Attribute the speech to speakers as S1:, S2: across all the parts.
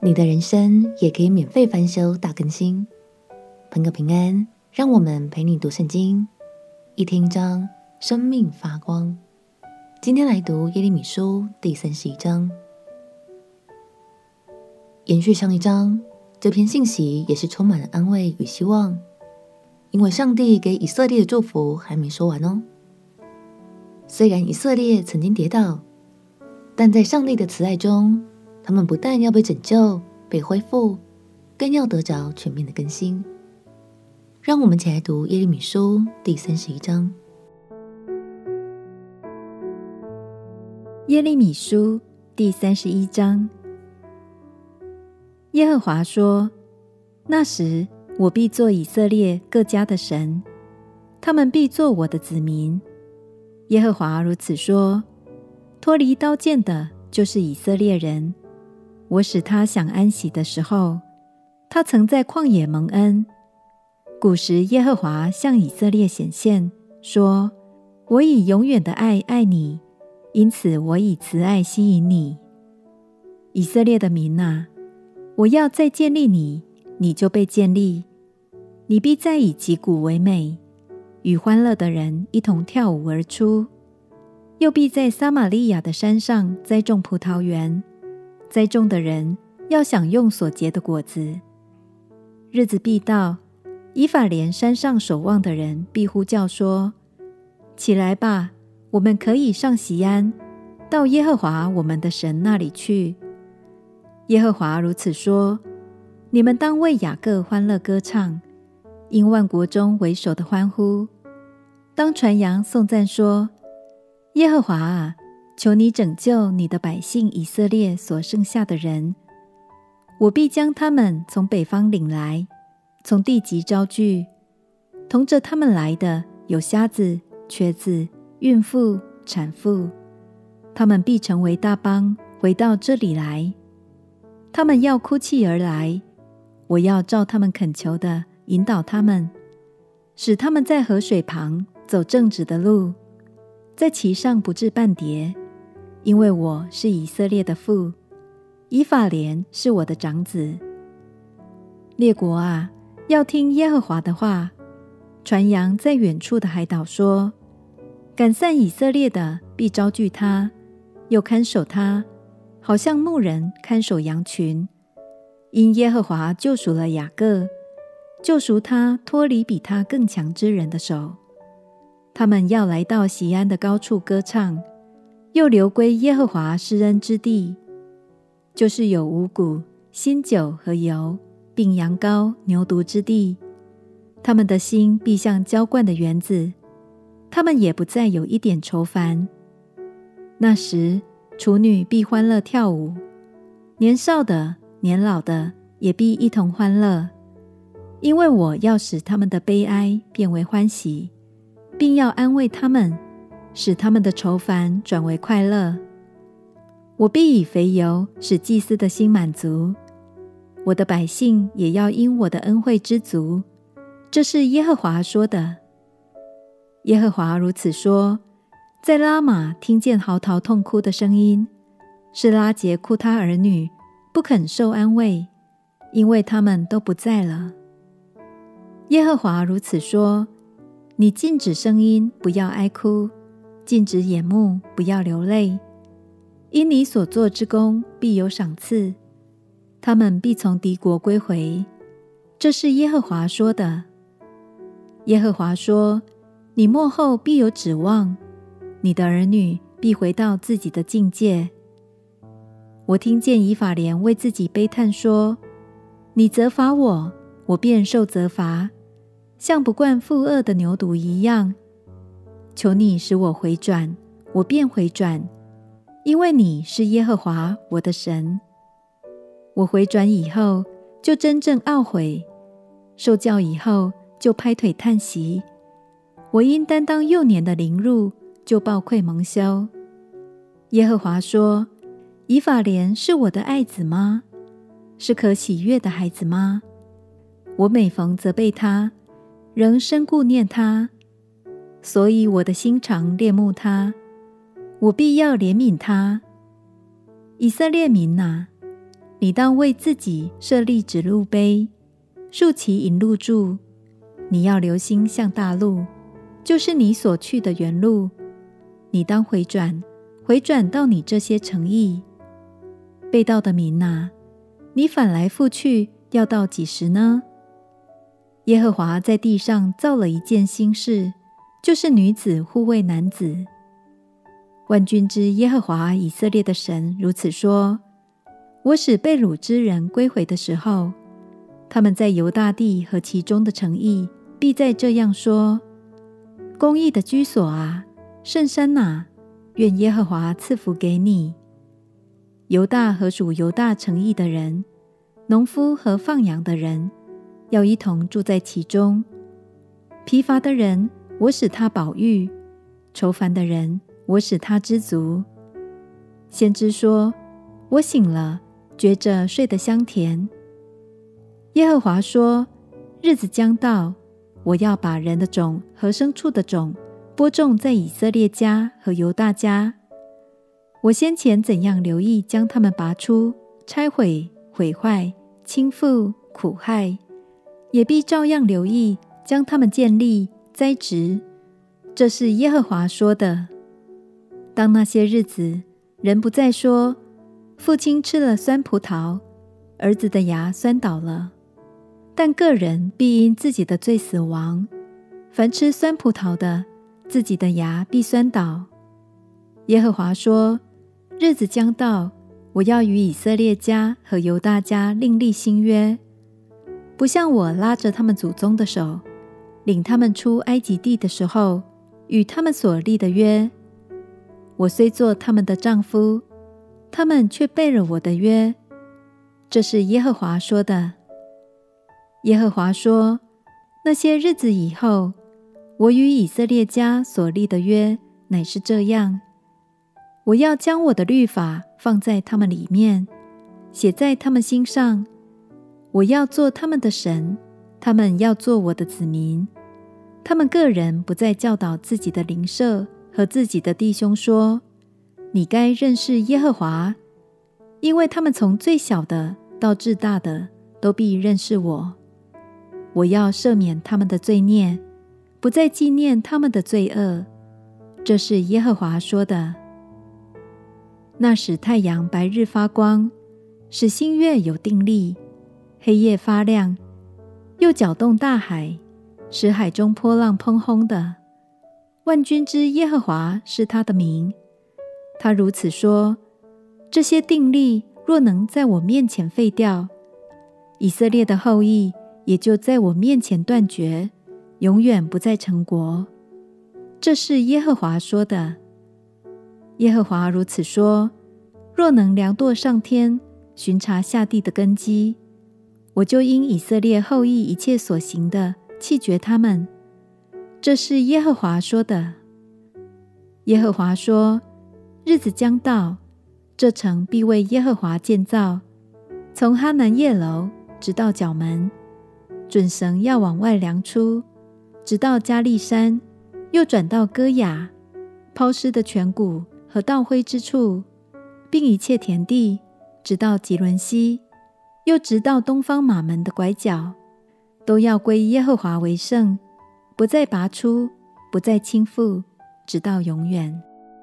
S1: 你的人生也可以免费翻修大更新。朋友平安，让我们陪你读圣经，一天一章，生命发光。今天来读耶利米书第31章。延续上一章，这篇信息也是充满了安慰与希望，因为上帝给以色列的祝福还没说完哦。虽然以色列曾经跌倒，但在上帝的慈爱中，他们不但要被拯救、被恢复，更要得着全面的更新。让我们一起来读耶利米书第31章。
S2: 耶利米书第31章。耶和华说：那时，我必做以色列各家的神，他们必做我的子民。耶和华如此说：脱离刀剑的就是以色列人。我使他享安息的时候，他曾在旷野蒙恩。古时耶和华向以色列显现，说：我以永远的爱爱你，因此我以慈爱吸引你。以色列的民啊，我要再建立你，你就被建立。你必再以击鼓为美，与欢乐的人一同跳舞而出。又必在撒玛利亚的山上栽种葡萄园，栽种的人要享用所结的果子。日子必到，以法莲山上守望的人必呼叫说：起来吧，我们可以上锡安，到耶和华我们的神那里去。耶和华如此说：你们当为雅各欢乐歌唱，因万国中为首的欢呼。当传扬颂赞说：耶和华啊，求你拯救你的百姓以色列所剩下的人。我必将他们从北方领来，从地极招聚。同着他们来的有瞎子、瘸子、孕妇、产妇。他们必成为大邦，回到这里来。他们要哭泣而来，我要照他们恳求的引导他们，使他们在河水旁走正直的路，在其上不致半跌。因为我是以色列的父，以法莲是我的长子。列国啊，要听耶和华的话，传扬在远处的海岛说：赶散以色列的必招聚他，又看守他，好像牧人看守羊群。因耶和华救赎了雅各，救赎他脱离比他更强之人的手。他们要来到锡安的高处歌唱，又流归耶和华施恩之地，就是有五谷、新酒和油，并羊羔、牛犊之地。他们的心必像浇灌的园子，他们也不再有一点愁烦。那时，处女必欢乐跳舞，年少的、年老的也必一同欢乐，因为我要使他们的悲哀变为欢喜，并要安慰他们，使他们的愁烦转为快乐。我必以肥油使祭司的心满足，我的百姓也要因我的恩惠知足。这是耶和华说的。耶和华如此说：在拉玛听见嚎啕痛哭的声音，是拉结哭他儿女，不肯受安慰，因为他们都不在了。耶和华如此说：你禁止声音，不要哀哭；禁止眼目，不要流泪。因你所做之功必有赏赐，他们必从敌国归回。这是耶和华说的。耶和华说：你末后必有指望，你的儿女必回到自己的境界。我听见以法莲为自己悲叹说：你责罚我，我便受责罚，像不惯负恶的牛犊一样。求你使我回转，我便回转，因为你是耶和华我的神。我回转以后，就真正懊悔；受教以后，就拍腿叹息。我因担当幼年的凌辱，就抱愧蒙羞。耶和华说：以法莲是我的爱子吗？是可喜悦的孩子吗？我每逢责备他，仍深顾念他，所以我的心肠恋慕他，我必要怜悯他。以色列民啊， 你当为自己设立指路碑，竖起引路柱。你要留心向大路，就是你所去的原路。你当回转到你这些城邑。被盗的民啊，你反来覆去，要到几时呢？耶和华在地上造了一件新事，就是女子护卫男子。万军之耶和华以色列的神如此说：我使被掳之人归回的时候，他们在犹大地和其中的城邑，必再这样说：公义的居所啊，圣山啊，愿耶和华赐福给你。犹大和属犹大城邑的人，农夫和放羊的人，要一同住在其中。疲乏的人，我使他饱飫；愁烦的人，我使他知足。先知说：我醒了，觉着睡得香甜。耶和华说：日子将到，我要把人的种和牲畜的种播种在以色列家和犹大家。我先前怎样留意将他们拔出、拆毁、毁坏、倾覆、苦害，也必照样留意将他们建立、栽植。这是耶和华说的。当那些日子，人不再说：父亲吃了酸葡萄，儿子的牙酸倒了。但个人必因自己的罪死亡。凡吃酸葡萄的，自己的牙必酸倒。耶和华说：日子将到，我要与以色列家和犹大家另立新约，不像我拉着他们祖宗的手，领他们出埃及地的时候与他们所立的约。我虽做他们的丈夫，他们却背了我的约。这是耶和华说的。耶和华说：那些日子以后，我与以色列家所立的约乃是这样：我要将我的律法放在他们里面，写在他们心上。我要做他们的神，他们要做我的子民。他们个人不再教导自己的邻舍和自己的弟兄说：你该认识耶和华，因为他们从最小的到至大的都必认识我。我要赦免他们的罪孽，不再纪念他们的罪恶。这是耶和华说的。那使太阳白日发光，使星月有定力，黑夜发亮，又搅动大海，使海中波浪匉訇的。万军之耶和华是他的名。他如此说：这些定力若能在我面前废掉，以色列的后裔也就在我面前断绝，永远不再成国。这是耶和华说的。耶和华如此说：若能量度上天，巡查下地的根基，我就因以色列后裔一切所行的弃绝他们。这是耶和华说的。耶和华说：日子将到，这城必为耶和华建造，从哈南叶楼直到角门，准绳要往外量出，直到加利山，又转到歌雅，抛尸的泉谷和倒灰之处，并一切田地，直到吉伦西，又直到东方马门的拐角，都要归耶和华为圣，不再拔出，不再倾覆，直到永远。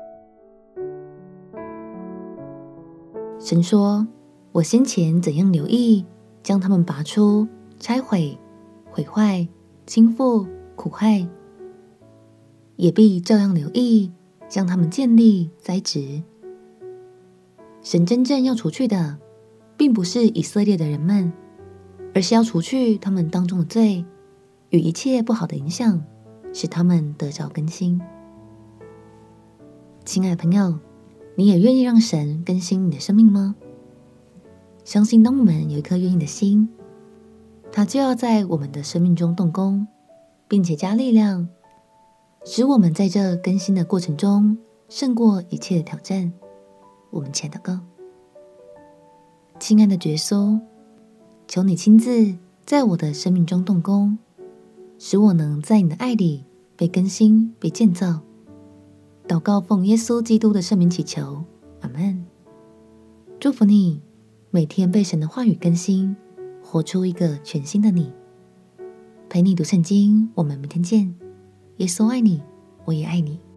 S1: 神说：我先前怎样留意将他们拔出、拆毁、毁坏、倾覆、苦害，也必照样留意将他们建立、栽植。神真正要除去的，并不是以色列的人们，而是要除去他们当中的罪与一切不好的影响，使他们得着更新。亲爱的朋友，你也愿意让神更新你的生命吗？相信当我们有一颗愿意的心，他就要在我们的生命中动工，并且加力量，使我们在这更新的过程中胜过一切的挑战。我们前祷告。亲爱的耶稣，求你亲自在我的生命中动工，使我能在你的爱里被更新、被建造。祷告奉耶稣基督的圣名祈求，阿们。祝福你， 每天被神的话语更新，活出一个全新的你。陪你读圣经，我们明天见。耶稣爱你，我也爱你。